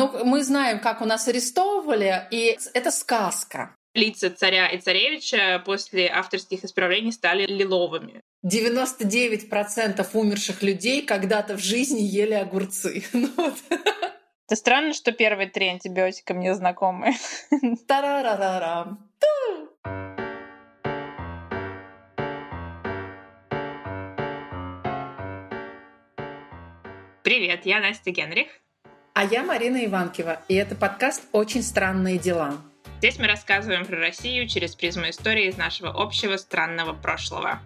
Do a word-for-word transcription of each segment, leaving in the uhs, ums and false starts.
Ну, мы знаем, как у нас арестовывали, и это сказка. Лица царя и царевича после авторских исправлений стали лиловыми. девяносто девять процентов умерших людей когда-то в жизни ели огурцы. Ну, вот. Это странно, что первые три антибиотика мне знакомы. Тарарарарам. Привет, я Настя Генрих. А я Марина Иванкива, и это подкаст «Очень странные дела». Здесь мы рассказываем про Россию через призму истории из нашего общего странного прошлого.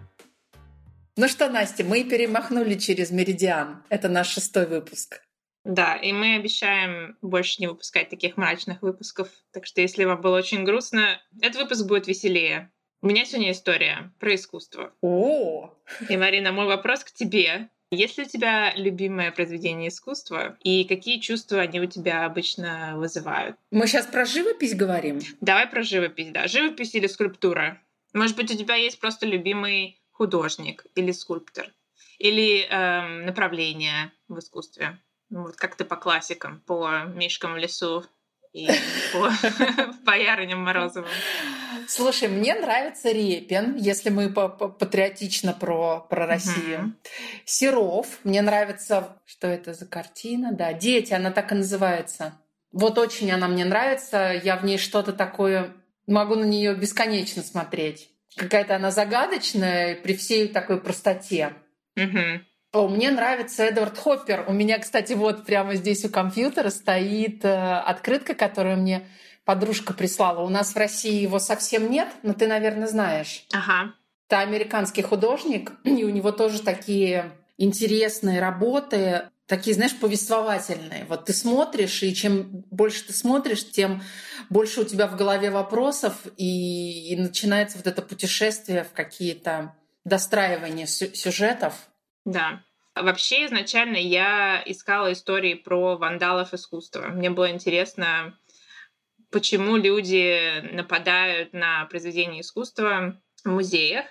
Ну что, Настя, мы перемахнули через меридиан. Это наш шестой выпуск. Да, и мы обещаем больше не выпускать таких мрачных выпусков. Так что если вам было очень грустно, этот выпуск будет веселее. У меня сегодня история про искусство. О! И, Марина, мой вопрос к тебе. Есть ли у тебя любимое произведение искусства? И какие чувства они у тебя обычно вызывают? Мы сейчас про живопись говорим? Давай про живопись, да. Живопись или скульптура? Может быть, у тебя есть просто любимый художник или скульптор? Или эм, направление в искусстве? Ну, вот как-то по классикам, по Мишкам в лесу и по Боярыням Морозовым. Слушай, мне нравится Репин, если мы патриотично про, про Россию. Мгм. Серов. Мне нравится... Что это за картина? Да, «Дети», она так и называется. Вот очень она мне нравится. Я в ней что-то такое... Могу на нее бесконечно смотреть. Какая-то она загадочная при всей такой простоте. Мгм. О, мне нравится Эдвард Хоппер. У меня, кстати, вот прямо здесь у компьютера стоит э, открытка, которую мне подружка прислала. У нас в России его совсем нет, но ты, наверное, знаешь. Ага. Это американский художник, и у него тоже такие интересные работы, такие, знаешь, повествовательные. Вот ты смотришь, и чем больше ты смотришь, тем больше у тебя в голове вопросов, и, и начинается вот это путешествие в какие-то достраивания сю- сюжетов. Да. Вообще, изначально я искала истории про вандалов искусства. Мне было интересно, почему люди нападают на произведения искусства в музеях.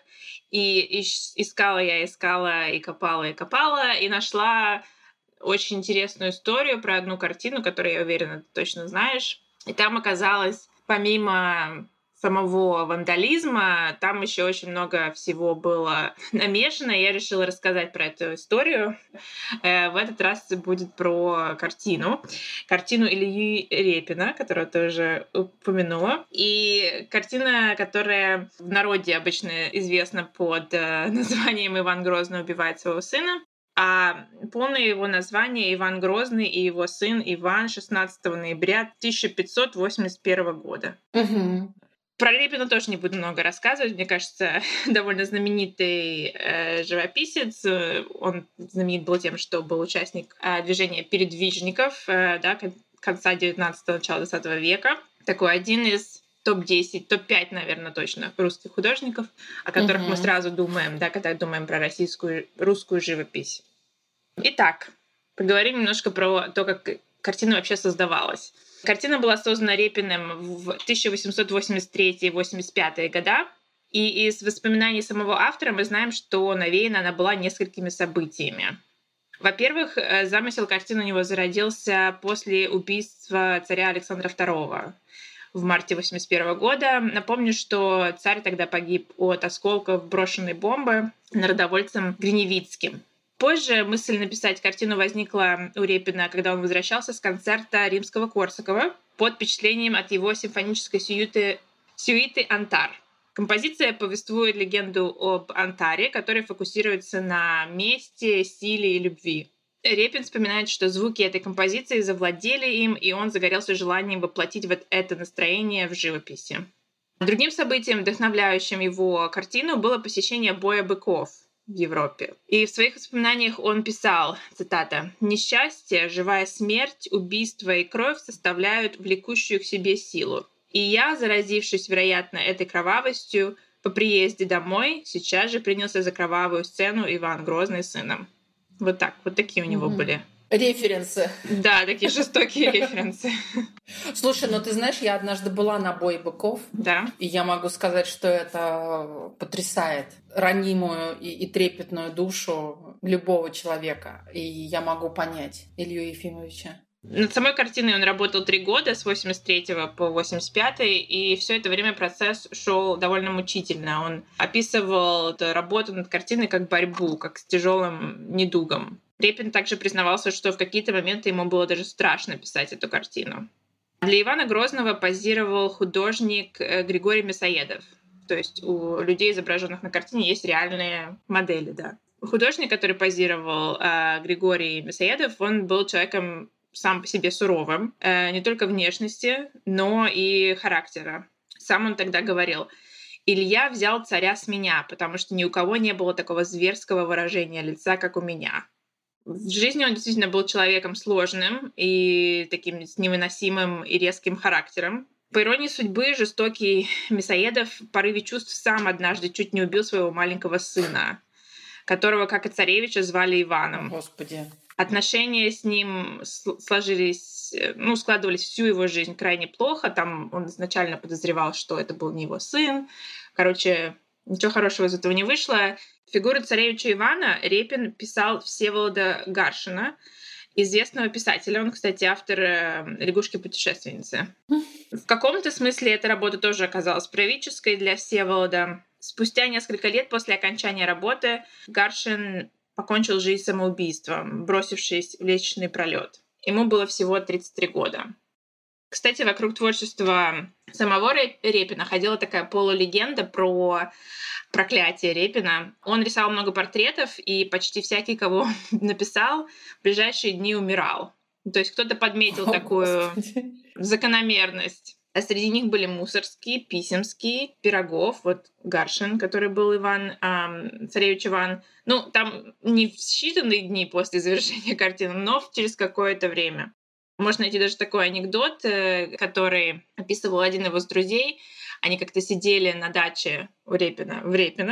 И ищ- искала я, искала, и копала, и копала, и нашла очень интересную историю про одну картину, которую, я уверена, ты точно знаешь. И там оказалось, помимо самого вандализма, там еще очень много всего было намешано. Я решила рассказать про эту историю. Э, В этот раз будет про картину. Картину Ильи Репина, которую ты уже упомянула. И картина, которая в народе обычно известна под э, названием «Иван Грозный убивает своего сына». А полное его название — Иван Грозный и его сын Иван шестнадцатого ноября тысяча пятьсот восемьдесят первого года. Мгм. Про Репина тоже не буду много рассказывать. Мне кажется, довольно знаменитый э, живописец. Э, Он знаменит был тем, что был участник э, движения передвижников э, да, кон- конца девятнадцатого, начала двадцатого века. Такой один из топ десять, топ пять, наверное, точно русских художников, о которых мы Мгм. сразу думаем, да, когда думаем про российскую, русскую живопись. Итак, поговорим немножко про то, как картина вообще создавалась. Картина была создана Репиным в тысяча восемьсот восемьдесят третий — восемьдесят пятый года. И из воспоминаний самого автора мы знаем, что навеяна она была несколькими событиями. Во-первых, э, замысел картины у него зародился после убийства царя Александра второго в марте восемьдесят первого года. Напомню, что царь тогда погиб от осколков брошенной бомбы народовольцем Гриневицким. Позже мысль написать картину возникла у Репина, когда он возвращался с концерта Римского-Корсакова под впечатлением от его симфонической сюиты, сюиты «Антар». Композиция повествует легенду об Антаре, который фокусируется на месте, силе и любви. Репин вспоминает, что звуки этой композиции завладели им, и он загорелся желанием воплотить вот это настроение в живописи. Другим событием, вдохновляющим его картину, было посещение боя быков в Европе. И в своих воспоминаниях он писал, цитата, «Несчастье, живая смерть, убийство и кровь составляют влекущую к себе силу. И я, заразившись, вероятно, этой кровавостью, по приезде домой сейчас же принялся за кровавую сцену Иван Грозный с сыном». Вот так, вот такие у него Мгм. были. Референсы. Да, такие жестокие референсы. Слушай, ну ты знаешь, я однажды была на бое быков, Да. и я могу сказать, что это потрясает ранимую и, и трепетную душу любого человека. И я могу понять Илью Ефимовича. Над самой картиной он работал три года, с восемьдесят третьего по восемьдесят пятый, и все это время процесс шел довольно мучительно. Он описывал эту работу над картиной как борьбу, как с тяжелым недугом. Репин также признавался, что в какие-то моменты ему было даже страшно писать эту картину. Для Ивана Грозного позировал художник Григорий Мясоедов. То есть у людей, изображенных на картине, есть реальные модели, да. Художник, который позировал, Григорий Мясоедов, он был человеком сам по себе суровым, не только внешности, но и характера. Сам он тогда говорил: «Илья взял царя с меня, потому что ни у кого не было такого зверского выражения лица, как у меня». В жизни он действительно был человеком сложным и таким с невыносимым и резким характером. По иронии судьбы, жестокий Мясоедов в порыве чувств сам однажды чуть не убил своего маленького сына, которого, как и царевича, звали Иваном. Господи. Отношения с ним сложились, ну, складывались всю его жизнь крайне плохо. Там он изначально подозревал, что это был не его сын. Короче, ничего хорошего из этого не вышло. Фигуру царевича Ивана Репин писал Всеволода Гаршина, известного писателя. Он, кстати, автор «Лягушки-путешественницы». В каком-то смысле эта работа тоже оказалась правительской для Всеволода. Спустя несколько лет после окончания работы Гаршин покончил жизнь самоубийством, бросившись в лестничный пролет. Ему было всего тридцать три года. Кстати, вокруг творчества самого Репина ходила такая полулегенда про проклятие Репина. Он рисовал много портретов, и почти всякий, кого написал, в ближайшие дни умирал. То есть кто-то подметил О, такую Господи. закономерность. А среди них были Мусоргский, Писемский, Пирогов, вот Гаршин, который был Иван, эм, царевич Иван. Ну, там не в считанные дни после завершения картины, но через какое-то время. Можно найти даже такой анекдот, который описывал один из его друзей. Они как-то сидели на даче у Репина, в Репино,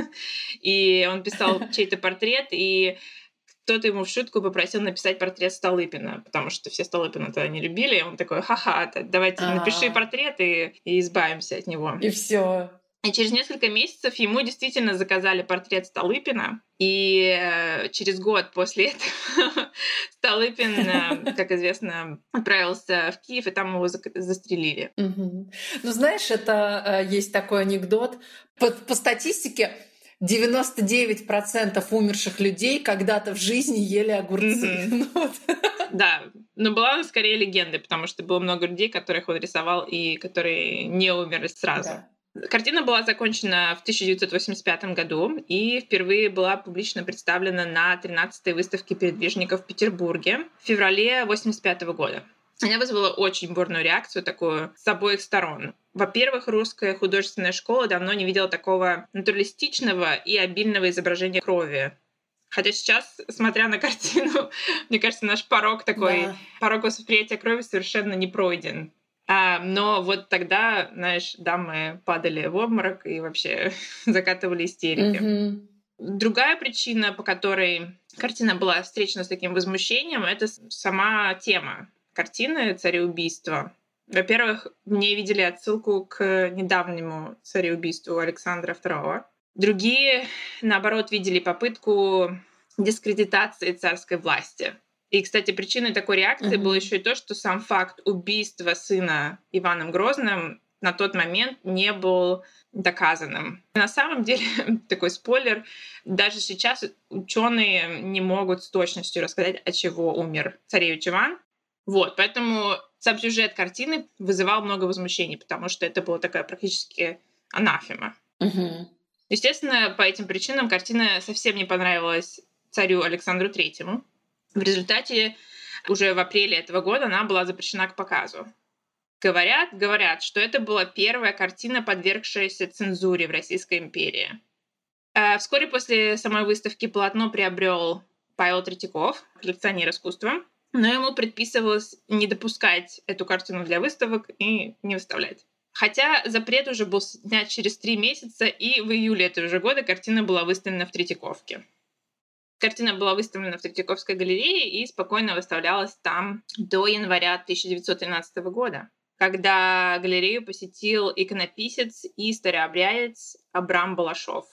и он писал чей-то портрет, и кто-то ему в шутку попросил написать портрет Столыпина, потому что все Столыпина-то не любили. И он такой: ха-ха, давайте А-а-а. напиши портрет и, и избавимся от него. И все. И через несколько месяцев ему действительно заказали портрет Столыпина. И э, через год после этого Столыпин, э, как известно, отправился в Киев, и там его за- застрелили. Угу. Ну, знаешь, это э, есть такой анекдот. По, по статистике девяносто девять процентов умерших людей когда-то в жизни ели огурцы. Mm-hmm. Да, но была скорее легендой, потому что было много людей, которых он рисовал и которые не умерли сразу. Да. Картина была закончена в тысяча девятьсот восемьдесят пятом году и впервые была публично представлена на тринадцатой выставке передвижников в Петербурге в феврале восемьдесят пятого года. Она вызвала очень бурную реакцию, такую с обоих сторон. Во-первых, русская художественная школа давно не видела такого натуралистичного и обильного изображения крови. Хотя сейчас, смотря на картину, мне кажется, наш порог такой, да. порог восприятия крови совершенно не пройден. А, но вот тогда, знаешь, дамы падали в обморок и вообще закатывали истерики. Mm-hmm. Другая причина, по которой картина была встречена с таким возмущением, это сама тема картины «Цареубийство». Во-первых, в ней видели отсылку к недавнему цареубийству Александра второго. Другие, наоборот, видели попытку дискредитации царской власти. И, кстати, причиной такой реакции mm-hmm. было еще и то, что сам факт убийства сына Иваном Грозным на тот момент не был доказанным. На самом деле, такой спойлер, даже сейчас ученые не могут с точностью рассказать, от чего умер царевич Иван. Вот, поэтому сам сюжет картины вызывал много возмущений, потому что это была такая практически анафема. Mm-hmm. Естественно, по этим причинам картина совсем не понравилась царю Александру Третьему. В результате уже в апреле этого года она была запрещена к показу. Говорят, говорят, что это была первая картина, подвергшаяся цензуре в Российской империи. А вскоре после самой выставки полотно приобрел Павел Третьяков, коллекционер искусства, но ему предписывалось не допускать эту картину для выставок и не выставлять. Хотя запрет уже был снят через три месяца, и в июле этого же года картина была выставлена в Третьяковке. Картина была выставлена в Третьяковской галерее и спокойно выставлялась там до января тысяча девятьсот тринадцатого года, когда галерею посетил иконописец и старообрядец Абрам Балашов.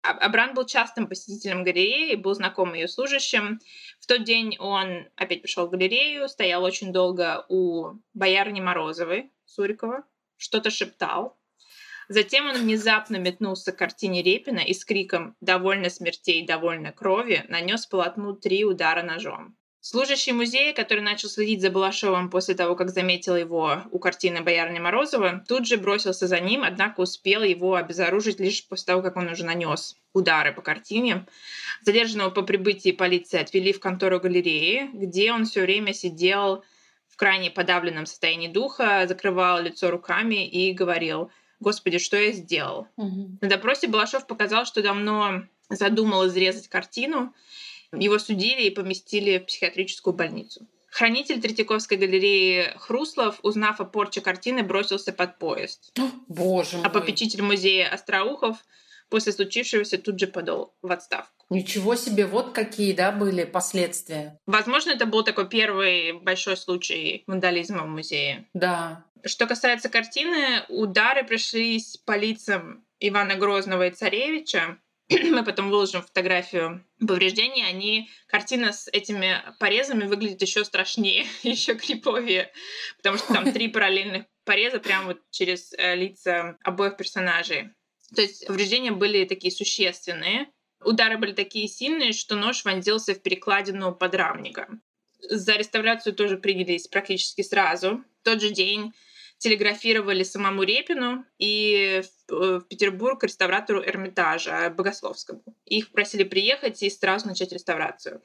Абран был частым посетителем галереи и был знаком ее служащим. В тот день он опять пришел в галерею, стоял очень долго у боярни Морозовой, Сурикова, что-то шептал. Затем он внезапно метнулся к картине Репина и с криком «Довольно смертей, довольно крови» нанес полотну три удара ножом. Служащий музея, который начал следить за Балашовым после того, как заметил его у картины боярни Морозова, тут же бросился за ним, однако успел его обезоружить лишь после того, как он уже нанес удары по картине. Задержанного по прибытии полиции отвели в контору галереи, где он все время сидел в крайне подавленном состоянии духа, закрывал лицо руками и говорил: «Господи, что я сделал?» Угу. На допросе Балашов показал, что давно задумал изрезать картину. Его судили и поместили в психиатрическую больницу. Хранитель Третьяковской галереи Хруслов, узнав о порче картины, бросился под поезд. Боже мой. А попечитель музея Остроухов после случившегося тут же подал в отставку. Ничего себе, вот какие, да, были последствия. Возможно, это был такой первый большой случай вандализма в музее. Да. Что касается картины, удары пришлись по лицам Ивана Грозного и Царевича. Мы потом выложим фотографию повреждений. Они, картина с этими порезами выглядит еще страшнее, еще криповее, потому что там три параллельных пореза прямо вот через лица обоих персонажей. То есть повреждения были такие существенные. Удары были такие сильные, что нож вонзился в перекладину подрамника. За реставрацию тоже принялись практически сразу. В тот же день телеграфировали самому Репину и в Петербург к реставратору Эрмитажа Богословскому. Их просили приехать и сразу начать реставрацию.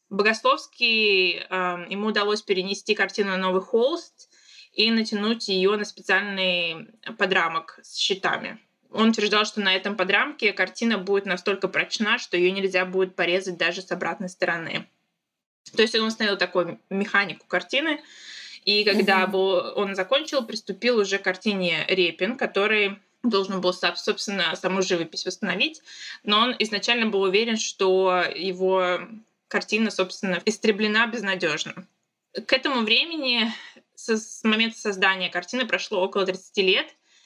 Богословский, э, ему удалось перенести картину на новый холст и натянуть ее на специальный подрамок с щитами. Он утверждал, что на этом подрамке картина будет настолько прочна, что ее нельзя будет порезать даже с обратной стороны. То есть он установил такую механику картины. И когда mm-hmm. он закончил, приступил уже к картине Репин, который должен был, собственно, саму живопись восстановить. Но он изначально был уверен, что его картина, собственно, истреблена безнадежно. К этому времени, с момента создания картины, прошло около тридцати лет,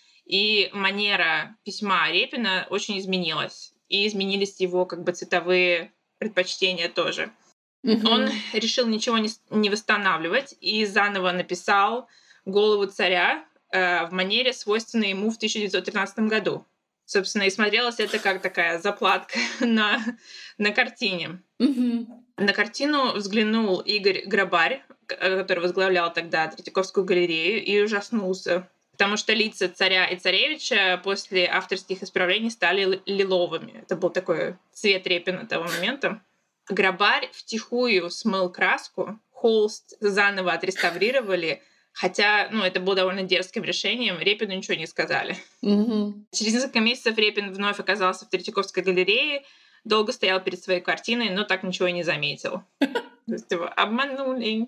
и манера письма Репина очень изменилась. И изменились его как бы цветовые предпочтения тоже. Mm-hmm. Он решил ничего не, не восстанавливать и заново написал «Голову царя» э, в манере, свойственной ему в тысяча девятьсот тринадцатом году. Собственно, и смотрелось это как такая заплатка на, на картине. Mm-hmm. На картину взглянул Игорь Грабарь, который возглавлял тогда Третьяковскую галерею, и ужаснулся, потому что лица царя и царевича после авторских исправлений стали лиловыми. Это был такой цвет Репина того момента. Грабарь втихую смыл краску, холст заново отреставрировали, хотя ну, это было довольно дерзким решением, Репину ничего не сказали. Mm-hmm. Через несколько месяцев Репин вновь оказался в Третьяковской галерее, долго стоял перед своей картиной, но так ничего и не заметил. То есть его обманули,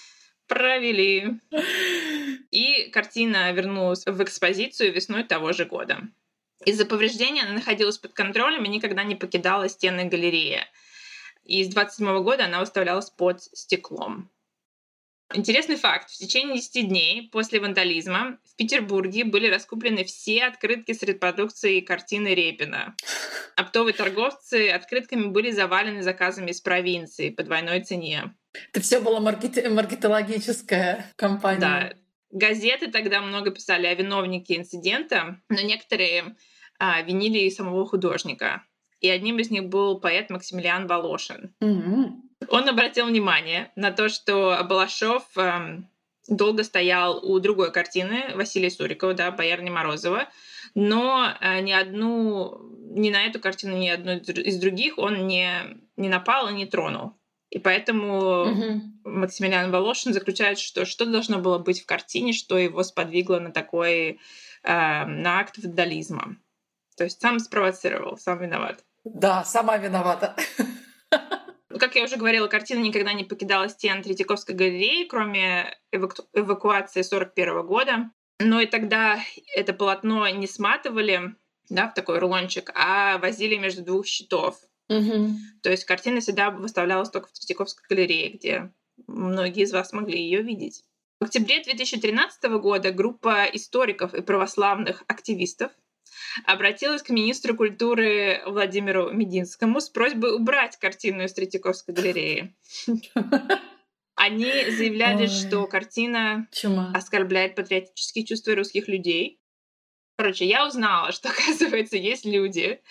провели. И картина вернулась в экспозицию весной того же года. Из-за повреждения она находилась под контролем и никогда не покидала стены галереи. И с двадцать седьмого года она выставлялась под стеклом. Интересный факт. В течение десяти дней после вандализма в Петербурге были раскуплены все открытки с репродукцией картины Репина. Оптовые торговцы открытками были завалены заказами из провинции по двойной цене. Это все была маркет... маркетологическая кампания. Да. Газеты тогда много писали о виновнике инцидента, но некоторые а, винили и самого художника. И одним из них был поэт Максимилиан Волошин. Mm-hmm. Он обратил внимание на то, что Балашов эм, долго стоял у другой картины Василия Сурикова, да, «Боярни Морозова», но э, ни одну, ни на эту картину, ни одну из других он не, не напал и не тронул. И поэтому Mm-hmm. Максимилиан Волошин заключает, что что должно было быть в картине, что его сподвигло на такой э, на акт вандализма. То есть сам спровоцировал, сам виноват. Да, сама виновата. Как я уже говорила, картина никогда не покидала стен Третьяковской галереи, кроме эваку- эвакуации сорок первого года. Но и тогда это полотно не сматывали, да, в такой рулончик, а возили между двух щитов. Mm-hmm. То есть картина всегда выставлялась только в Третьяковской галерее, где многие из вас могли ее видеть. В октябре две тысячи тринадцатого года группа историков и православных активистов обратилась к министру культуры Владимиру Мединскому с просьбой убрать картину из Третьяковской галереи. Они заявляли, Ой, что картина чума. оскорбляет патриотические чувства русских людей. Короче, я узнала, что, оказывается, есть люди,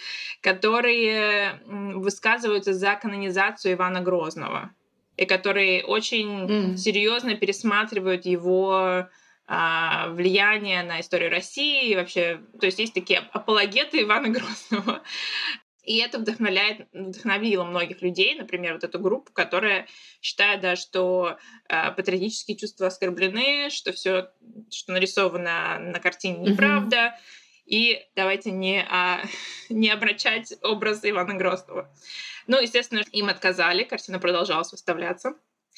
которые высказываются за канонизацию Ивана Грозного и которые очень Mm. серьезно пересматривают его а, влияние на историю России и вообще. То есть есть такие апологеты Ивана Грозного. И это вдохновляет, вдохновило многих людей, например, вот эту группу, которая считает, да, что э, патриотические чувства оскорблены, что все, что нарисовано на картине, неправда. Mm-hmm. И давайте не, а, не обращать образ Ивана Грозного. Ну, естественно, им отказали, картина продолжалась выставляться.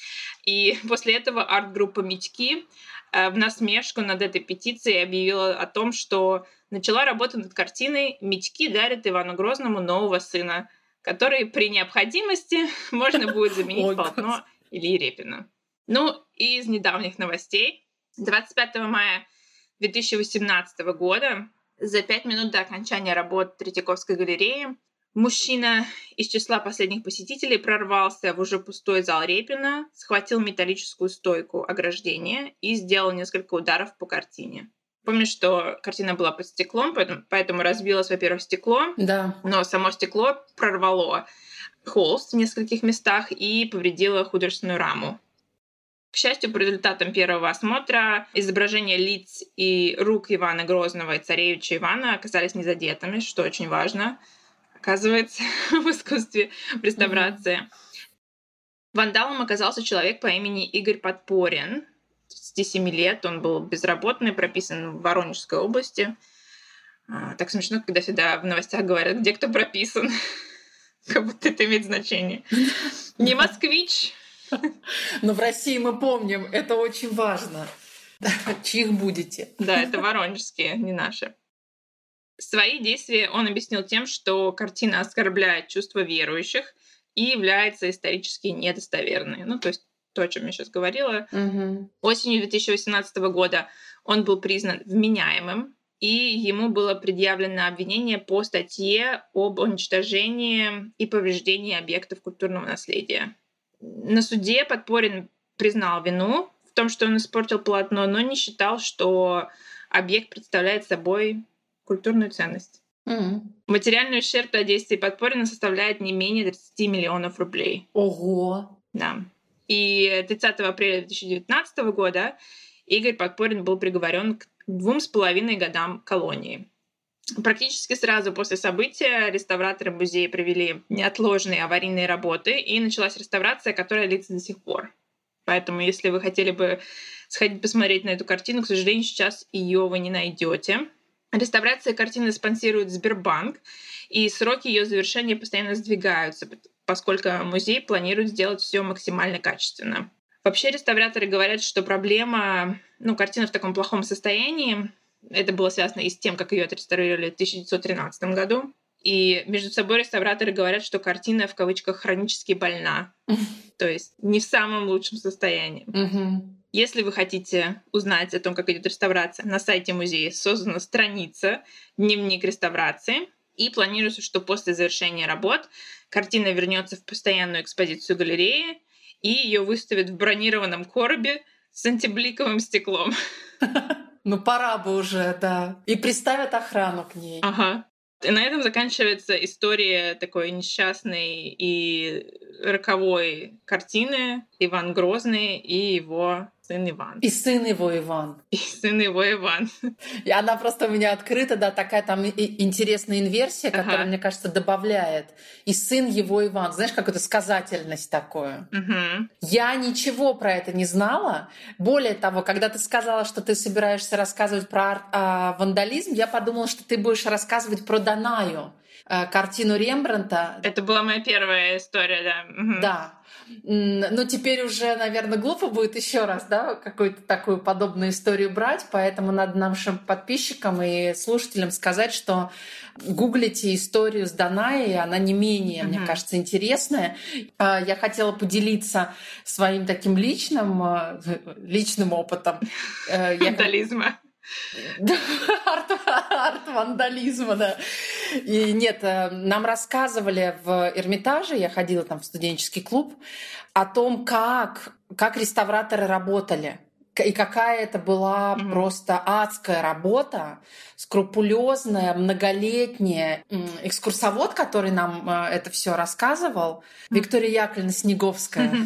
И после этого арт-группа «Митьки» э, в насмешку над этой петицией объявила о том, что начала работу над картиной «Митьки дарят Ивану Грозному нового сына», который при необходимости можно будет заменить полотно Ильи Репина. Ну, и из недавних новостей. двадцать пятого мая две тысячи восемнадцатого года, за пять минут до окончания работ Третьяковской галереи, мужчина из числа последних посетителей прорвался в уже пустой зал Репина, схватил металлическую стойку ограждения и сделал несколько ударов по картине. Помню, что картина была под стеклом, поэтому, поэтому разбилось, во-первых, стекло, да. но само стекло прорвало холст в нескольких местах и повредило художественную раму. К счастью, по результатам первого осмотра изображения лиц и рук Ивана Грозного и царевича Ивана оказались незадетыми, что очень важно, оказывается, в искусстве в реставрации. Mm-hmm. Вандалом оказался человек по имени Игорь Подпорин. тридцати семи лет, он был безработный, прописан в Воронежской области. А, так смешно, когда всегда в новостях говорят, где кто прописан. Как будто это имеет значение. Не москвич. Но в России мы помним, это очень важно. Чьих будете? Да, это воронежские, не наши. Свои действия он объяснил тем, что картина оскорбляет чувства верующих и является исторически недостоверной. Ну, то есть то, о чем я сейчас говорила. Угу. Осенью две тысячи восемнадцатого года он был признан вменяемым, и ему было предъявлено обвинение по статье об уничтожении и повреждении объектов культурного наследия. На суде Подпорин признал вину в том, что он испортил полотно, но не считал, что объект представляет собой культурную ценность. Mm-hmm. Материальный ущерб от действий Подпорина составляет не менее тридцати миллионов рублей. Ого! Да. И тридцатого апреля две тысячи девятнадцатого года Игорь Подпорин был приговорен к двум с половиной годам колонии. Практически сразу после события реставраторы музея провели неотложные аварийные работы, и началась реставрация, которая длится до сих пор. Поэтому, если вы хотели бы сходить посмотреть на эту картину, к сожалению, сейчас ее вы не найдете. Реставрация картины спонсирует Сбербанк, и сроки ее завершения постоянно сдвигаются, поскольку музей планирует сделать все максимально качественно. Вообще реставраторы говорят, что проблема, ну, картина в таком плохом состоянии, это было связано и с тем, как ее отреставрировали в тысяча девятьсот тринадцатом году. И между собой реставраторы говорят, что картина в кавычках хронически больна, то есть не в самом лучшем состоянии. Если вы хотите узнать о том, как идет реставрация, на сайте музея создана страница «Дневник реставрации», и планируется, что после завершения работ картина вернется в постоянную экспозицию галереи, и ее выставят в бронированном коробе с антибликовым стеклом. Ну, пора бы уже, да. И приставят охрану к ней. Ага. И на этом заканчивается история такой несчастной и роковой картины «Иван Грозный» и его сын Иван. И сын его Иван. И сын его Иван. И она просто у меня открыта, да, такая там интересная инверсия, которая, ага. мне кажется, добавляет. И сын его Иван. Знаешь, какую-то сказательность такую. Угу. Я ничего про это не знала. Более того, когда ты сказала, что ты собираешься рассказывать про арт, а, вандализм, я подумала, что ты будешь рассказывать про Данаю, а, картину Рембрандта. Это была моя первая история, да. Угу. Да. Ну, теперь уже, наверное, глупо будет еще раз, да, какую-то такую подобную историю брать, поэтому надо нашим подписчикам и слушателям сказать, что гуглите историю с Данаей, она не менее, mm-hmm. мне кажется, интересная. Я хотела поделиться своим таким личным, личным опытом. Вандализма. Арт-вандализма, да. И нет, нам рассказывали в Эрмитаже, я ходила там в студенческий клуб, о том, как, как реставраторы работали. И какая это была mm-hmm. просто адская работа, скрупулезная, многолетняя. Экскурсовод, который нам это все рассказывал, mm-hmm. Виктория Яковлевна Снеговская, mm-hmm.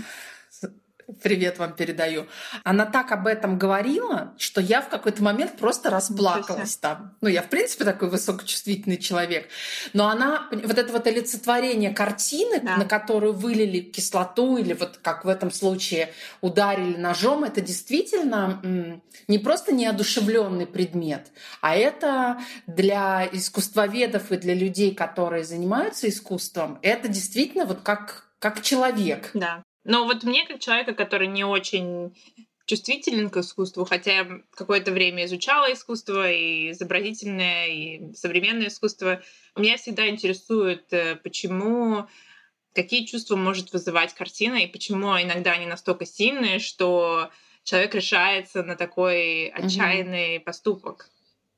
Привет вам передаю. Она так об этом говорила, что я в какой-то момент просто расплакалась там. Ну, я, в принципе, такой высокочувствительный человек. Но она, вот это вот олицетворение картины, да. на которую вылили кислоту или вот как в этом случае ударили ножом, это действительно не просто неодушевленный предмет, а это для искусствоведов и для людей, которые занимаются искусством, это действительно вот как, как человек. Да. Но вот мне, как человека, который не очень чувствителен к искусству, хотя я какое-то время изучала искусство, и изобразительное, и современное искусство, меня всегда интересует, почему, какие чувства может вызывать картина, и почему иногда они настолько сильные, что человек решается на такой отчаянный mm-hmm. поступок.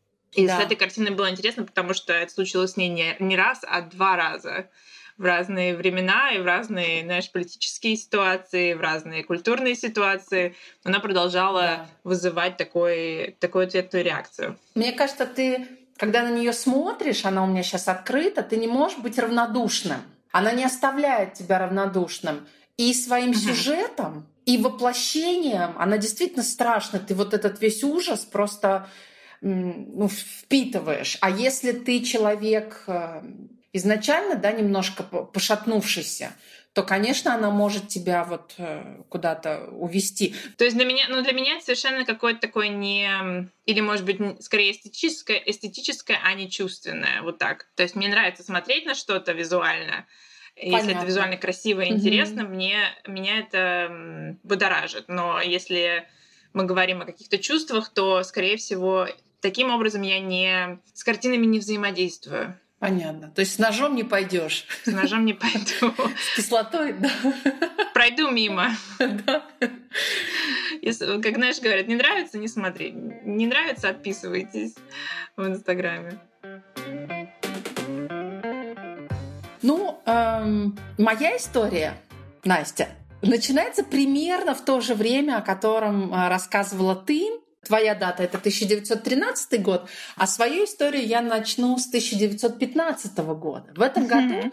И да. с этой картиной было интересно, потому что это случилось с ней не, не раз, а два раза. В разные времена и в разные, знаешь, политические ситуации, в разные культурные ситуации. Она продолжала да. вызывать такой, такую ответную реакцию. Мне кажется, ты, когда на нее смотришь, она у меня сейчас открыта, ты не можешь быть равнодушным. Она не оставляет тебя равнодушным. И своим uh-huh. сюжетом, и воплощением она действительно страшна. Ты вот этот весь ужас просто ну, впитываешь. А если ты человек... изначально, да, немножко пошатнувшийся, то, конечно, она может тебя вот куда-то увести. То есть для меня, ну, для меня это совершенно какое-то такое не... Или, может быть, скорее эстетическое, эстетическое, а не чувственное. Вот так. То есть мне нравится смотреть на что-то визуально. Понятно. Если это визуально красиво и интересно, mm-hmm. мне, меня это будоражит. Но если мы говорим о каких-то чувствах, то, скорее всего, таким образом я не... с картинами не взаимодействую. Понятно. То есть с ножом не пойдешь. С ножом не пойду. С кислотой, да. Пройду мимо. Да. Если, как, знаешь, говорят, не нравится, не смотри. Не нравится, отписывайтесь в Инстаграме. Ну, эм, моя история, Настя, начинается примерно в то же время, о котором рассказывала ты. Твоя дата — это тысяча девятьсот тринадцатый год, а свою историю я начну с тысяча девятьсот пятнадцатого года. В этом mm-hmm. году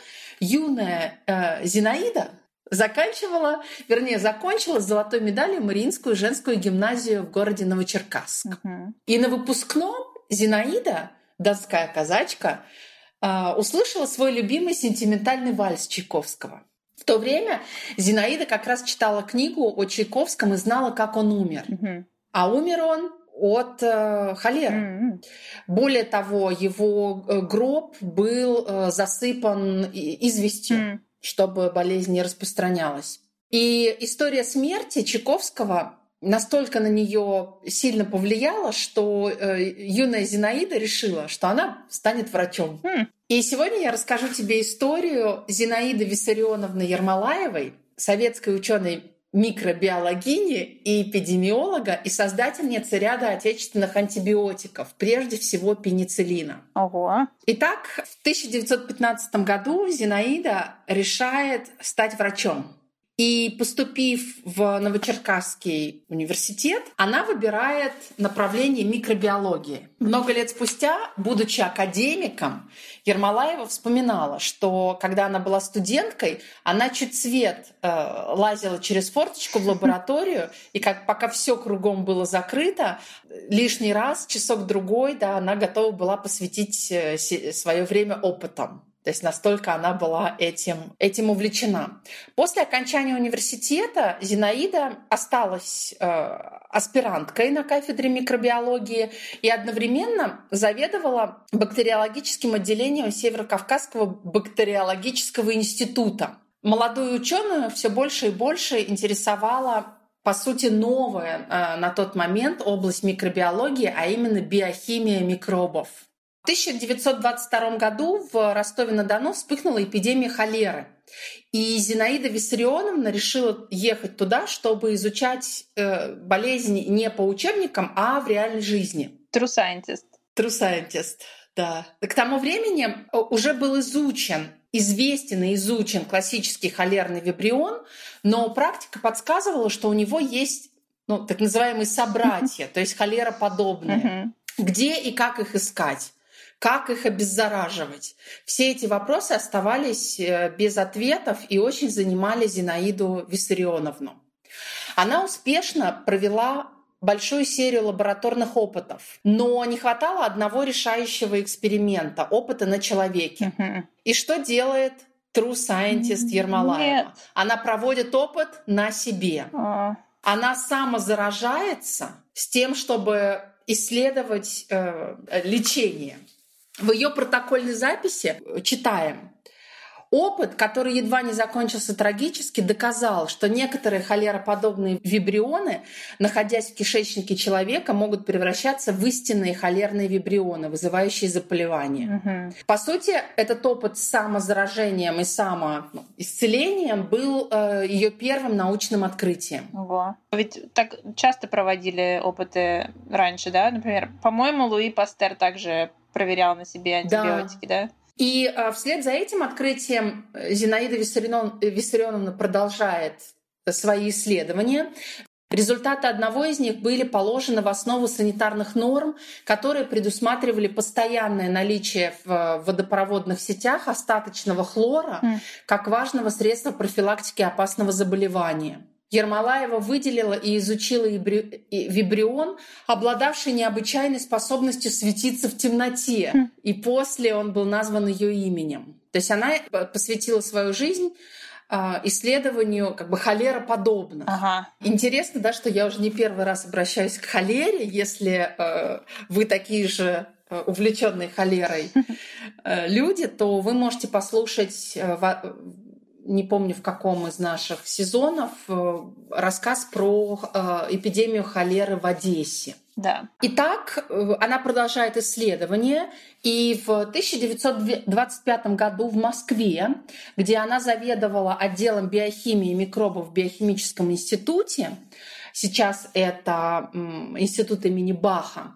юная э, Зинаида заканчивала, вернее, закончила с золотой медалью Мариинскую женскую гимназию в городе Новочеркасск. Mm-hmm. И на выпускном Зинаида, донская казачка, э, услышала свой любимый сентиментальный вальс Чайковского. В то время Зинаида как раз читала книгу о Чайковском и знала, как он умер. Mm-hmm. А умер он от э, холеры. Mm-hmm. Более того, его гроб был э, засыпан известью, mm-hmm. чтобы болезнь не распространялась. И история смерти Чайковского настолько на нее сильно повлияла, что э, юная Зинаида решила, что она станет врачом. Mm-hmm. И сегодня я расскажу тебе историю Зинаиды Виссарионовны Ермолаевой, советской ученой микробиологини и эпидемиолога и создательницы ряда отечественных антибиотиков, прежде всего пенициллина. Ого. Итак, в тысяча девятьсот пятнадцатом году Зинаида решает стать врачом. И, поступив в Новочеркасский университет, она выбирает направление микробиологии. Много лет спустя, будучи академиком, Ермолаева вспоминала, что когда она была студенткой, она чуть свет э, лазила через форточку в лабораторию, и как, пока все кругом было закрыто, лишний раз, часок-другой, да, она готова была посвятить свое время опытам. То есть настолько она была этим, этим увлечена. После окончания университета Зинаида осталась э, аспиранткой на кафедре микробиологии и одновременно заведовала бактериологическим отделением Северокавказского бактериологического института. Молодую ученую все больше и больше интересовала, по сути, новая э, на тот момент область микробиологии, а именно биохимия микробов. В тысяча девятьсот двадцать втором году в Ростове-на-Дону вспыхнула эпидемия холеры. И Зинаида Виссарионовна решила ехать туда, чтобы изучать э, болезни не по учебникам, а в реальной жизни. True Scientist. True Scientist, да. К тому времени уже был изучен, известен и изучен классический холерный вибрион, но практика подсказывала, что у него есть, ну, так называемые собратья, то есть холероподобные. Где и как их искать? Как их обеззараживать? Все эти вопросы оставались без ответов и очень занимали Зинаиду Виссарионовну. Она успешно провела большую серию лабораторных опытов, но не хватало одного решающего эксперимента, опыта на человеке. Uh-huh. И что делает True Scientist Ермолаева? Нет. Она проводит опыт на себе. Uh. Она самозаражается с тем, чтобы исследовать э, лечение. В ее протокольной записи читаем. Опыт, который едва не закончился трагически, доказал, что некоторые холероподобные вибрионы, находясь в кишечнике человека, могут превращаться в истинные холерные вибрионы, вызывающие заболевания. Угу. По сути, этот опыт с самозаражением и самоисцелением был э, ее первым научным открытием. Ого. Ведь так часто проводили опыты раньше, да? Например, по-моему, Луи Пастер также проверял на себе антибиотики, да? да? И э, вслед за этим открытием Зинаида Виссарионовна продолжает свои исследования. Результаты одного из них были положены в основу санитарных норм, которые предусматривали постоянное наличие в водопроводных сетях остаточного хлора mm. как важного средства профилактики опасного заболевания. Ермолаева выделила и изучила вибрион, обладавший необычайной способностью светиться в темноте. Mm. И после он был назван ее именем. То есть она посвятила свою жизнь исследованию как бы холероподобных. Ага. Интересно, да, что я уже не первый раз обращаюсь к холере. Если э, вы такие же увлеченные холерой люди, то вы можете послушать... Э, не помню в каком из наших сезонов, рассказ про эпидемию холеры в Одессе. Да. Итак, она продолжает исследование, и в тысяча девятьсот двадцать пятом году в Москве, где она заведовала отделом биохимии микробов в биохимическом институте, сейчас это институт имени Баха,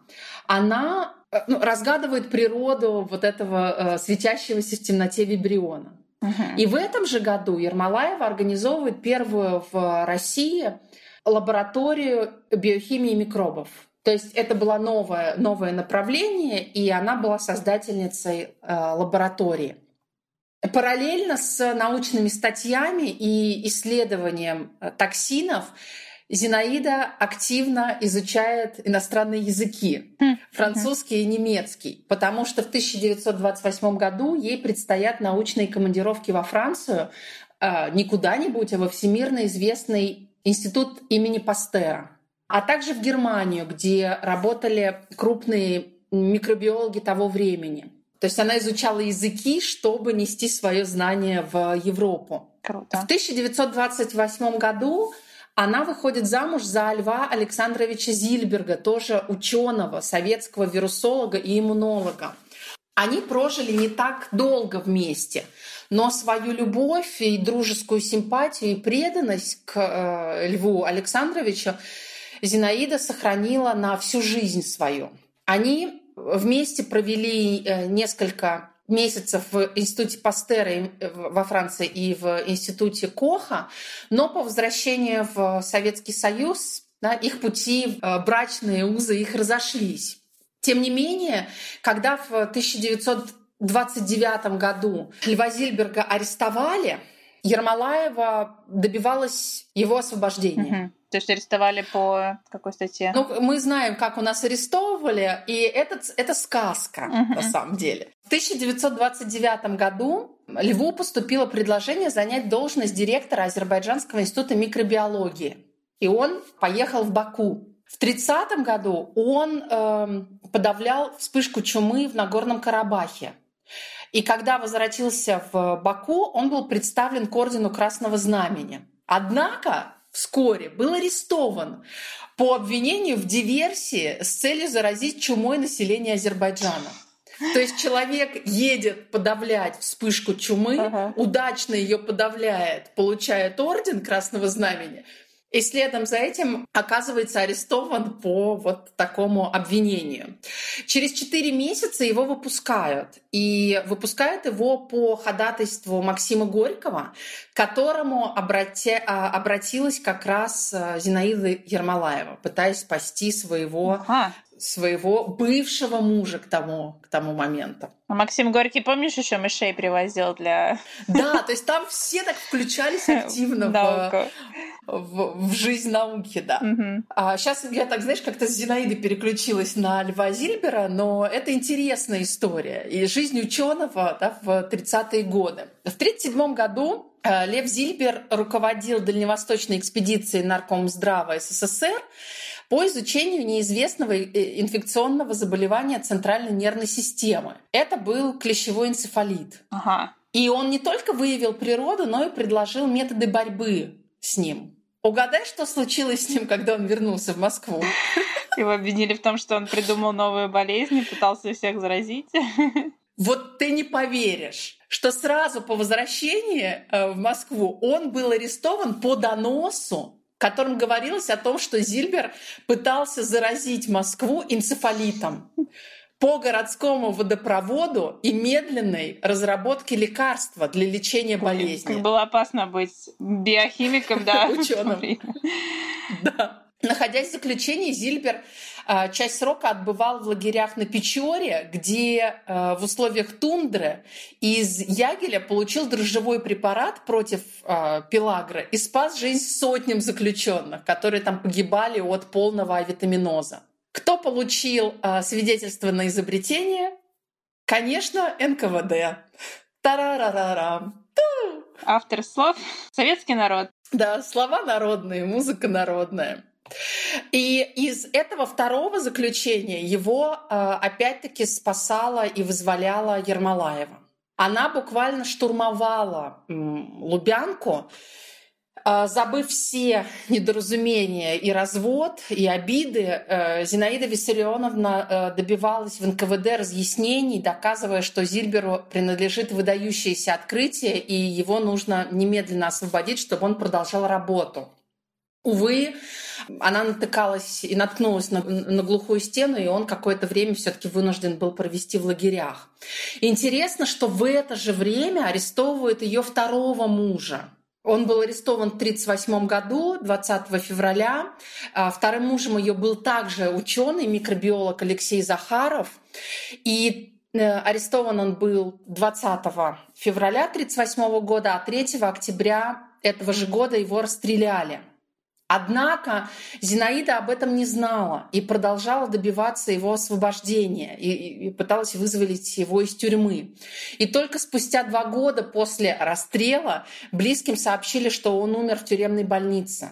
она ну, разгадывает природу вот этого светящегося в темноте вибриона. Uh-huh. И в этом же году Ермолаева организовывает первую в России лабораторию биохимии микробов. То есть это было новое, новое направление, и она была создательницей э, лаборатории. Параллельно с научными статьями и исследованием токсинов Зинаида активно изучает иностранные языки, mm-hmm. французский и немецкий, потому что в тысяча девятьсот двадцать восьмом году ей предстоят научные командировки во Францию, не куда-нибудь, а во всемирно известный институт имени Пастера, а также в Германию, где работали крупные микробиологи того времени. То есть она изучала языки, чтобы нести свое знание в Европу. Круто. В тысяча девятьсот двадцать восьмом году она выходит замуж за Льва Александровича Зильберга, тоже ученого, советского вирусолога и иммунолога. Они прожили не так долго вместе, но свою любовь и дружескую симпатию и преданность к э, Льву Александровичу Зинаида сохранила на всю жизнь свою. Они вместе провели э, несколько месяцев в институте Пастера во Франции и в институте Коха, но по возвращению в Советский Союз, да, их пути, брачные узы их разошлись. Тем не менее, когда в тысяча девятьсот двадцать девятом году Льва Зильберга арестовали, Ермолаева добивалась его освобождения. Угу. То есть арестовали по какой статье? Ну, мы знаем, как у нас арестовывали, и это, это сказка uh-huh. на самом деле. В тысяча девятьсот двадцать девятом году Льву поступило предложение занять должность директора Азербайджанского института микробиологии. И он поехал в Баку. В тридцатом году он э, подавлял вспышку чумы в Нагорном Карабахе. И когда возвратился в Баку, он был представлен к ордену Красного Знамени. Однако вскоре был арестован по обвинению в диверсии с целью заразить чумой население Азербайджана. То есть человек едет подавлять вспышку чумы, ага. удачно ее подавляет, получает орден Красного Знамени, И следом за этим оказывается арестован по вот такому обвинению. Через четыре месяца его выпускают. И выпускают его по ходатайству Максима Горького, к которому обрати... обратилась как раз Зинаида Ермолаева, пытаясь спасти своего, ага. своего бывшего мужа к тому, к тому моменту. А Максим Горький, помнишь, еще мышей привозил для... Да, то есть там все так включались активно в, в, в жизнь науки, да. Угу. А сейчас я так, знаешь, как-то с Зинаиды переключилась на Льва Зильбера, но это интересная история. И жизнь ученого, да, в тридцатые годы. В тридцать седьмом году Лев Зильбер руководил дальневосточной экспедицией Наркомздрава СССР по изучению неизвестного инфекционного заболевания центральной нервной системы. Это был клещевой энцефалит. Ага. И он не только выявил природу, но и предложил методы борьбы с ним. Угадай, что случилось с ним, когда он вернулся в Москву? Его обвинили в том, что он придумал новую болезнь и пытался всех заразить. Вот ты не поверишь, что сразу по возвращении в Москву он был арестован по доносу, в котором говорилось о том, что Зильбер пытался заразить Москву энцефалитом по городскому водопроводу и медленной разработке лекарства для лечения болезни. Как было опасно быть биохимиком, да? Ученым. Да. Находясь в заключении, Зильбер часть срока отбывал в лагерях на Печоре, где в условиях тундры из ягеля получил дрожжевой препарат против пелагры и спас жизнь сотням заключенных, которые там погибали от полного авитаминоза. Кто получил свидетельство на изобретение? Конечно, эн ка вэ дэ. Тарарарарам. Автор слов — советский народ. Да, слова народные, музыка народная. И из этого второго заключения его опять-таки спасала и вызволяла Ермолаева. Она буквально штурмовала Лубянку, забыв все недоразумения и развод, и обиды. Зинаида Виссарионовна добивалась в эн ка вэ дэ разъяснений, доказывая, что Зильберу принадлежит выдающееся открытие, и его нужно немедленно освободить, чтобы он продолжал работу. Увы, она натыкалась и наткнулась на, на глухую стену, и он какое-то время все-таки вынужден был провести в лагерях. Интересно, что в это же время арестовывают ее второго мужа. Он был арестован в тридцать восьмом году, двадцатого февраля. Вторым мужем ее был также ученый, микробиолог Алексей Захаров. И арестован он был двадцатого февраля тридцать восьмого года, а третьего октября этого же года его расстреляли. Однако Зинаида об этом не знала и продолжала добиваться его освобождения и, и пыталась вызволить его из тюрьмы. И только спустя два года после расстрела близким сообщили, что он умер в тюремной больнице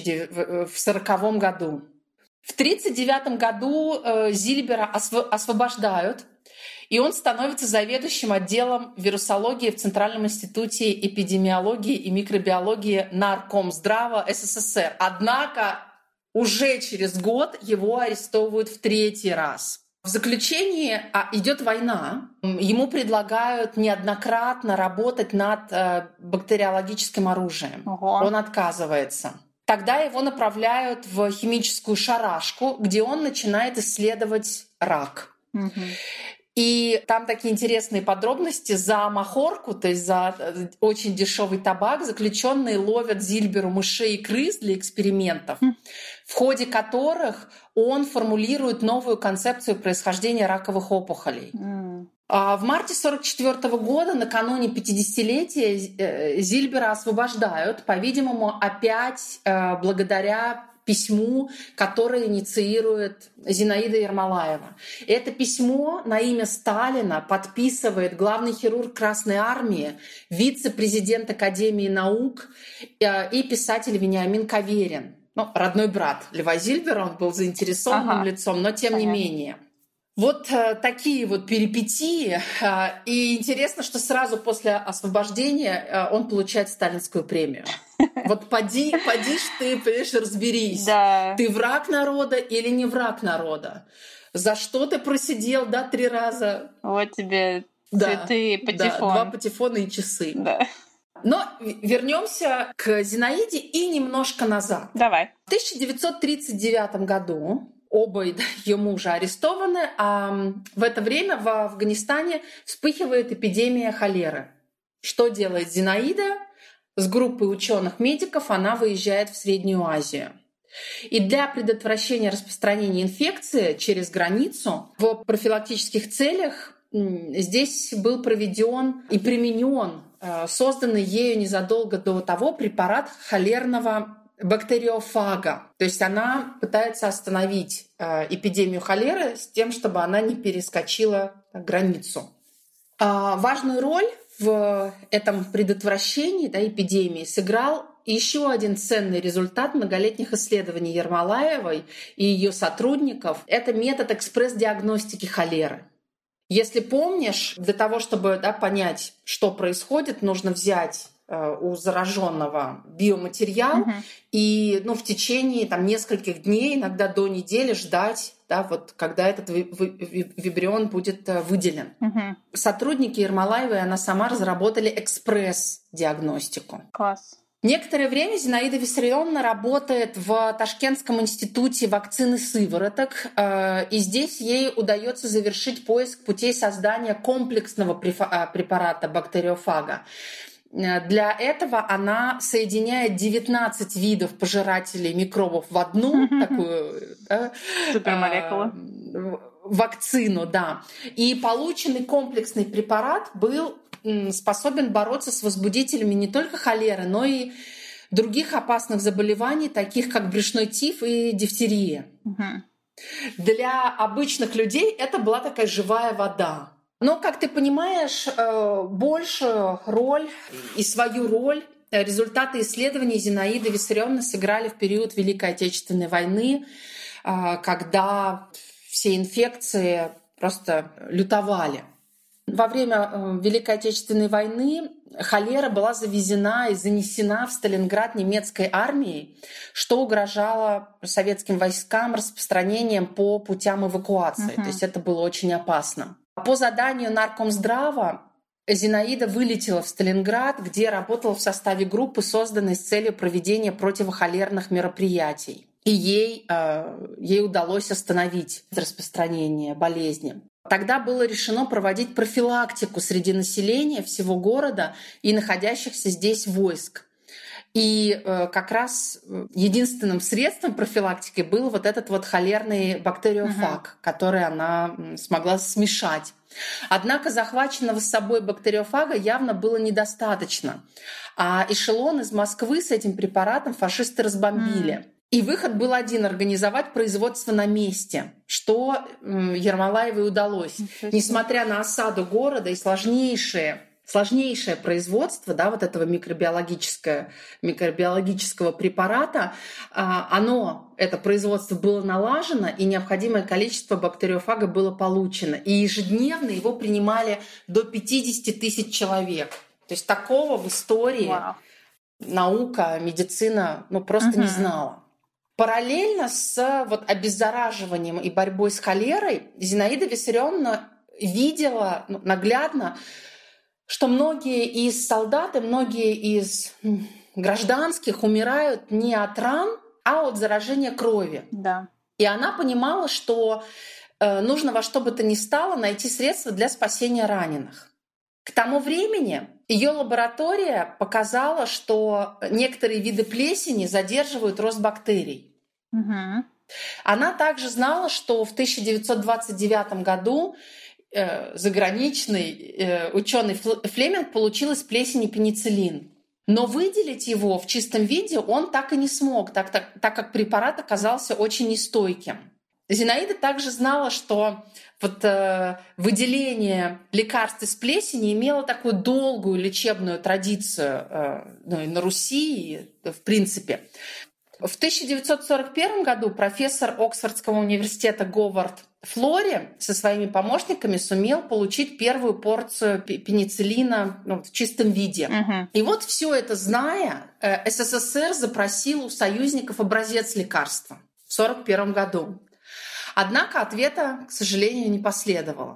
в сороковом году. В тридцать девятом году Зильбера освобождают, и он становится заведующим отделом вирусологии в Центральном институте эпидемиологии и микробиологии Наркомздрава эс эс эс эр. Однако уже через год его арестовывают в третий раз. В заключении а, идет война. Ему предлагают неоднократно работать над э, бактериологическим оружием. Ого. Он отказывается. Тогда его направляют в химическую шарашку, где он начинает исследовать рак. Угу. И там такие интересные подробности. За махорку, то есть за очень дешевый табак, заключенные ловят Зильберу мышей и крыс для экспериментов, mm. в ходе которых он формулирует новую концепцию происхождения раковых опухолей. Mm. В марте сорок четвёртого года, накануне пятидесятилетия, Зильбера освобождают, по-видимому, опять благодаря письму, которое инициирует Зинаида Ермолаева. Это письмо на имя Сталина подписывает главный хирург Красной Армии, вице-президент Академии наук и писатель Вениамин Каверин. Ну, родной брат Льва Зильбера, он был заинтересованным ага. лицом, но тем Понятно. не менее. Вот э, такие вот перипетии. Э, и интересно, что сразу после освобождения э, он получает сталинскую премию. Вот поди, поди ж ты, понимаешь, разберись. Да. Ты враг народа или не враг народа? За что ты просидел, да, три раза? Вот тебе цветы, да, патефон. Да, два патефона и часы. Да. Но вернемся к Зинаиде и немножко назад. Давай. В тысяча девятьсот тридцать девятом году оба ее мужа арестованы, а в это время в Афганистане вспыхивает эпидемия холеры. Что делает Зинаида? С группой ученых-медиков она выезжает в Среднюю Азию. И для предотвращения распространения инфекции через границу в профилактических целях здесь был проведен и применен созданный ею незадолго до того препарат холерного бактериофага. То есть она пытается остановить эпидемию холеры с тем, чтобы она не перескочила границу. Важную роль в этом предотвращении, да, эпидемии сыграл еще один ценный результат многолетних исследований Ермолаевой и ее сотрудников. Это метод экспресс-диагностики холеры. Если помнишь, для того, чтобы, да, понять, что происходит, нужно взять э, у зараженного биоматериал угу. и ну, в течение там, нескольких дней, иногда до недели ждать, да, вот, когда этот вибрион будет э, выделен. Угу. Сотрудники Ермолаевой, она сама разработали экспресс-диагностику. Класс. Некоторое время Зинаида Виссарионовна работает в Ташкентском институте вакцины сывороток, и здесь ей удается завершить поиск путей создания комплексного препарата бактериофага. Для этого она соединяет девятнадцать видов пожирателей микробов в одну такую супермолекулу. Вакцину, да. И полученный комплексный препарат был способен бороться с возбудителями не только холеры, но и других опасных заболеваний, таких как брюшной тиф и дифтерия. Угу. Для обычных людей это была такая живая вода. Но, как ты понимаешь, большую роль и свою роль результаты исследований Зинаиды Виссарионовны сыграли в период Великой Отечественной войны, когда все инфекции просто лютовали. Во время Великой Отечественной войны холера была завезена и занесена в Сталинград немецкой армией, что угрожало советским войскам распространением по путям эвакуации. Uh-huh. То есть это было очень опасно. По заданию Наркомздрава Зинаида вылетела в Сталинград, где работала в составе группы, созданной с целью проведения противохолерных мероприятий. И ей, э, ей удалось остановить распространение болезни. Тогда было решено проводить профилактику среди населения всего города и находящихся здесь войск. И э, как раз единственным средством профилактики был вот этот вот холерный бактериофаг, uh-huh. который она смогла смешать. Однако захваченного с собой бактериофага явно было недостаточно. А эшелон из Москвы с этим препаратом фашисты разбомбили. Uh-huh. И выход был один — организовать производство на месте, что Ермолаевой удалось. Несмотря на осаду города и сложнейшее, сложнейшее производство, да, вот этого микробиологического, микробиологического препарата, оно, это производство было налажено, и необходимое количество бактериофага было получено. И ежедневно его принимали до пятьдесят тысяч человек. То есть такого в истории wow. наука, медицина ну, просто uh-huh. не знала. Параллельно с вот, обеззараживанием и борьбой с холерой Зинаида Виссарионовна видела ну, наглядно, что многие из солдат и многие из гражданских умирают не от ран, а от заражения крови. Да. И она понимала, что э, нужно во что бы то ни стало найти средства для спасения раненых. К тому времени ее лаборатория показала, что некоторые виды плесени задерживают рост бактерий. Угу. Она также знала, что в тысяча девятьсот двадцать девятом году э, заграничный э, ученый Флеминг получил из плесени пенициллин. Но выделить его в чистом виде он так и не смог, так, так, так как препарат оказался очень нестойким. Зинаида также знала, что вот, э, выделение лекарств из плесени имело такую долгую лечебную традицию э, ну, и на Руси, и, в принципе. В тысяча девятьсот сорок первом году профессор Оксфордского университета Говард Флори со своими помощниками сумел получить первую порцию пенициллина ну, в чистом виде. Uh-huh. И вот все это зная, э, СССР запросил у союзников образец лекарства в сорок первом году. Однако ответа, к сожалению, не последовало.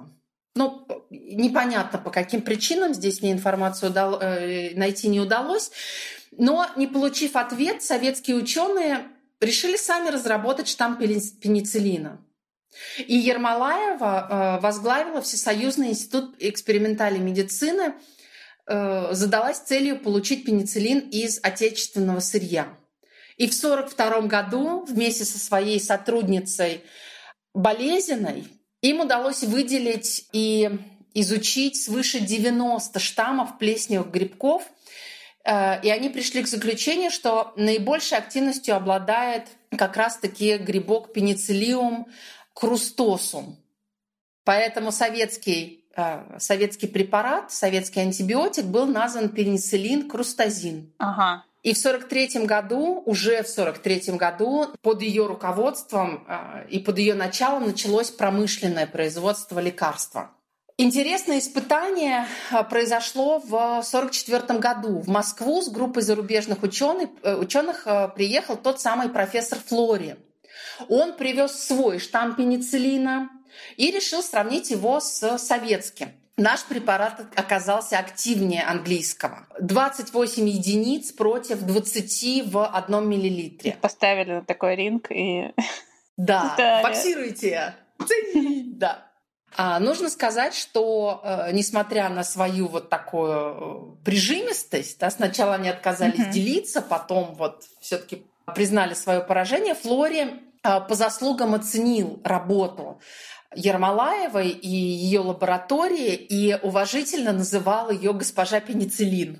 Ну, непонятно, по каким причинам, здесь мне информацию удал... найти не удалось. Но, не получив ответ, советские ученые решили сами разработать штамм пенициллина. И Ермолаева возглавила Всесоюзный институт экспериментальной медицины, задалась целью получить пенициллин из отечественного сырья. И в сорок втором году вместе со своей сотрудницей Болезиной им удалось выделить и изучить свыше девяноста штаммов плесневых грибков, и они пришли к заключению, что наибольшей активностью обладает как раз-таки грибок Penicillium crustosum. Поэтому советский, советский препарат, советский антибиотик был назван пенициллин крустазин. Ага. И в сорок третьем году, уже в сорок третьем году, под ее руководством и под ее началом началось промышленное производство лекарства. Интересное испытание произошло в сорок четвёртом году. В Москву с группой зарубежных ученых, ученых приехал тот самый профессор Флори. Он привез свой штамм пенициллина и решил сравнить его с советским. Наш препарат оказался активнее английского. двадцать восемь единиц против двадцати в одном миллилитре. Поставили на такой ринг и... Да, боксируйте! Да. А, нужно сказать, что э, несмотря на свою вот такую прижимистость, да, сначала они отказались mm-hmm. делиться, потом вот все-таки признали свое поражение, Флори э, по заслугам оценил работу Ермолаевой и ее лаборатории и уважительно называл ее госпожа Пенициллин.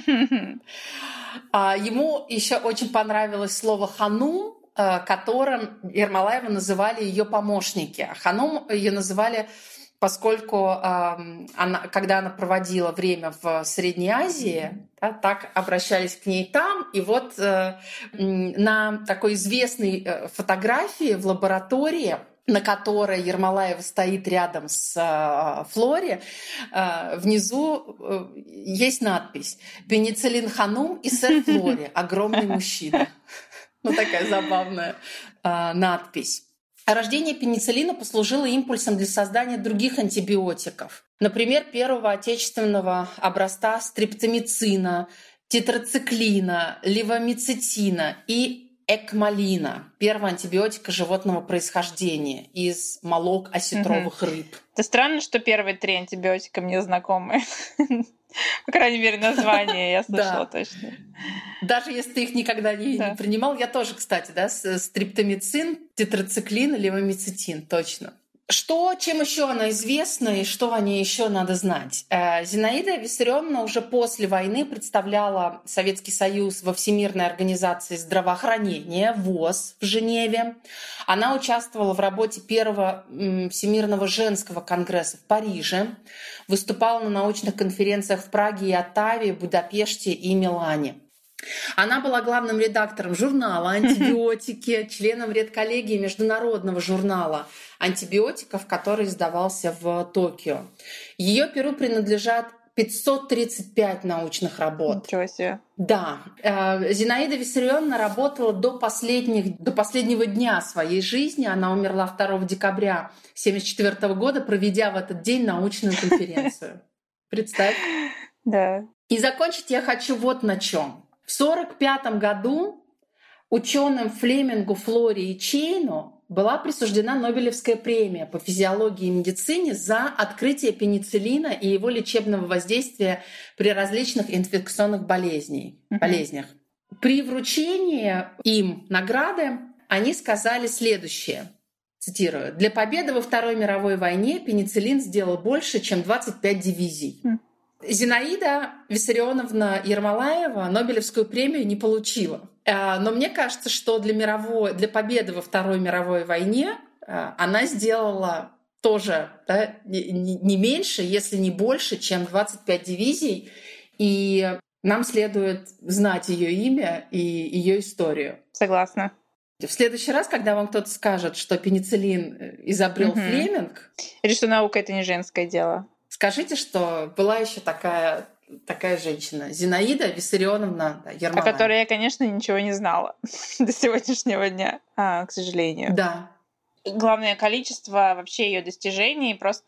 Ему еще очень понравилось слово «ханум», которым Ермолаева называли ее помощники. Ханум ее называли, поскольку она, когда она проводила время в Средней Азии, да, так обращались к ней там. И вот на такой известной фотографии в лаборатории, на которой Ермолаева стоит рядом с э, Флори, э, внизу э, есть надпись «Пенициллин Ханум и сэр Флори. Огромный мужчина». Ну, такая забавная э, надпись. Рождение пенициллина послужило импульсом для создания других антибиотиков. Например, первого отечественного образца стриптомицина, тетрациклина, левомицетина и экмалина, первого антибиотика животного происхождения из молок осетровых угу. рыб. Это странно, что первые три антибиотика мне знакомы. По крайней мере, название я слышала точно. Даже если ты их никогда не, да. не принимал. Я тоже, кстати, да, стриптомицин, тетрациклин, левомицетин, точно. Что, чем еще она известна и что о ней еще надо знать? Зинаида Виссарионовна уже после войны представляла Советский Союз во Всемирной организации здравоохранения ВОЗ в Женеве. Она участвовала в работе первого Всемирного женского конгресса в Париже, выступала на научных конференциях в Праге и Оттаве, Будапеште и Милане. Она была главным редактором журнала «Антибиотики», членом редколлегии международного журнала антибиотиков, который издавался в Токио. Ее перу принадлежат пятьсот тридцать пять научных работ. Ничего себе. Да. Зинаида Виссарионовна работала до, последних, до последнего дня своей жизни. Она умерла второго декабря тысяча девятьсот семьдесят четвёртого года, проведя в этот день научную конференцию. Представь. Да. И закончить я хочу вот на чем. В сорок пятом году ученым Флемингу, Флори и Чейну была присуждена Нобелевская премия по физиологии и медицине за открытие пенициллина и его лечебного воздействия при различных инфекционных болезней, uh-huh. болезнях. При вручении им награды они сказали следующее, цитирую: «Для победы во Второй мировой войне пенициллин сделал больше, чем двадцать пять дивизий». Uh-huh. Зинаида Виссарионовна Ермолаева Нобелевскую премию не получила. Но мне кажется, что для, мировой, для победы во Второй мировой войне она сделала тоже, да, не меньше, если не больше, чем двадцать пять дивизий. И нам следует знать ее имя и ее историю. Согласна. В следующий раз, когда вам кто-то скажет, что пенициллин изобрел угу. Флеминг... Или что наука — это не женское дело. Скажите, что была еще такая, такая женщина, Зинаида Виссарионовна Ермолаева. О которой я, конечно, ничего не знала до сегодняшнего дня, а, к сожалению. Да. Главное количество вообще ее достижений просто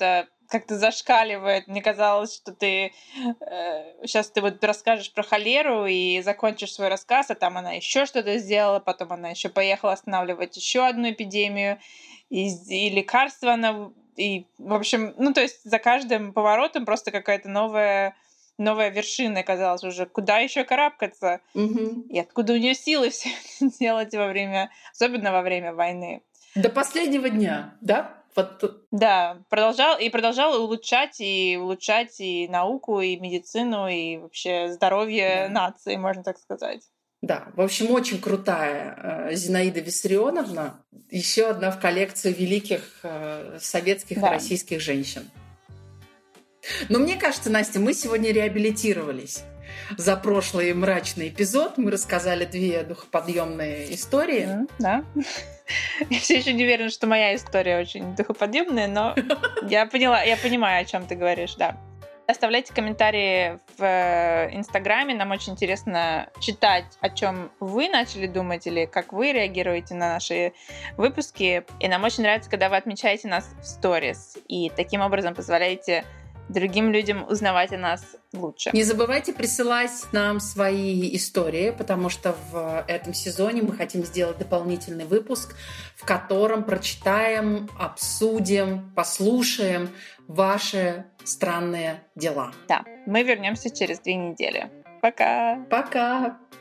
как-то зашкаливает. Мне казалось, что ты э, сейчас ты вот расскажешь про холеру и закончишь свой рассказ, а там она еще что-то сделала, потом она еще поехала останавливать еще одну эпидемию, и, и лекарства она... И, в общем, ну, то есть за каждым поворотом просто какая-то новая, новая вершина, казалось уже. Куда еще карабкаться? Угу. И откуда у нее силы все это делать во время, особенно во время войны? До последнего дня, да? Вот. Да, продолжал и продолжал улучшать и улучшать и науку, и медицину, и вообще здоровье Да. нации, можно так сказать. Да, в общем, очень крутая Зинаида Виссарионовна. Еще одна в коллекции великих советских Да. и российских женщин. Но мне кажется, Настя, мы сегодня реабилитировались за прошлый мрачный эпизод. Мы рассказали две духоподъемные истории. Mm, да. Я все еще не уверена, что моя история очень духоподъемная, но я поняла, я понимаю, о чем ты говоришь, да. Оставляйте комментарии в Инстаграме. Нам очень интересно читать, о чем вы начали думать или как вы реагируете на наши выпуски. И нам очень нравится, когда вы отмечаете нас в сторис. И таким образом позволяете другим людям узнавать о нас лучше. Не забывайте присылать нам свои истории, потому что в этом сезоне мы хотим сделать дополнительный выпуск, в котором прочитаем, обсудим, послушаем ваши странные дела. Да, мы вернемся через две недели. Пока! Пока!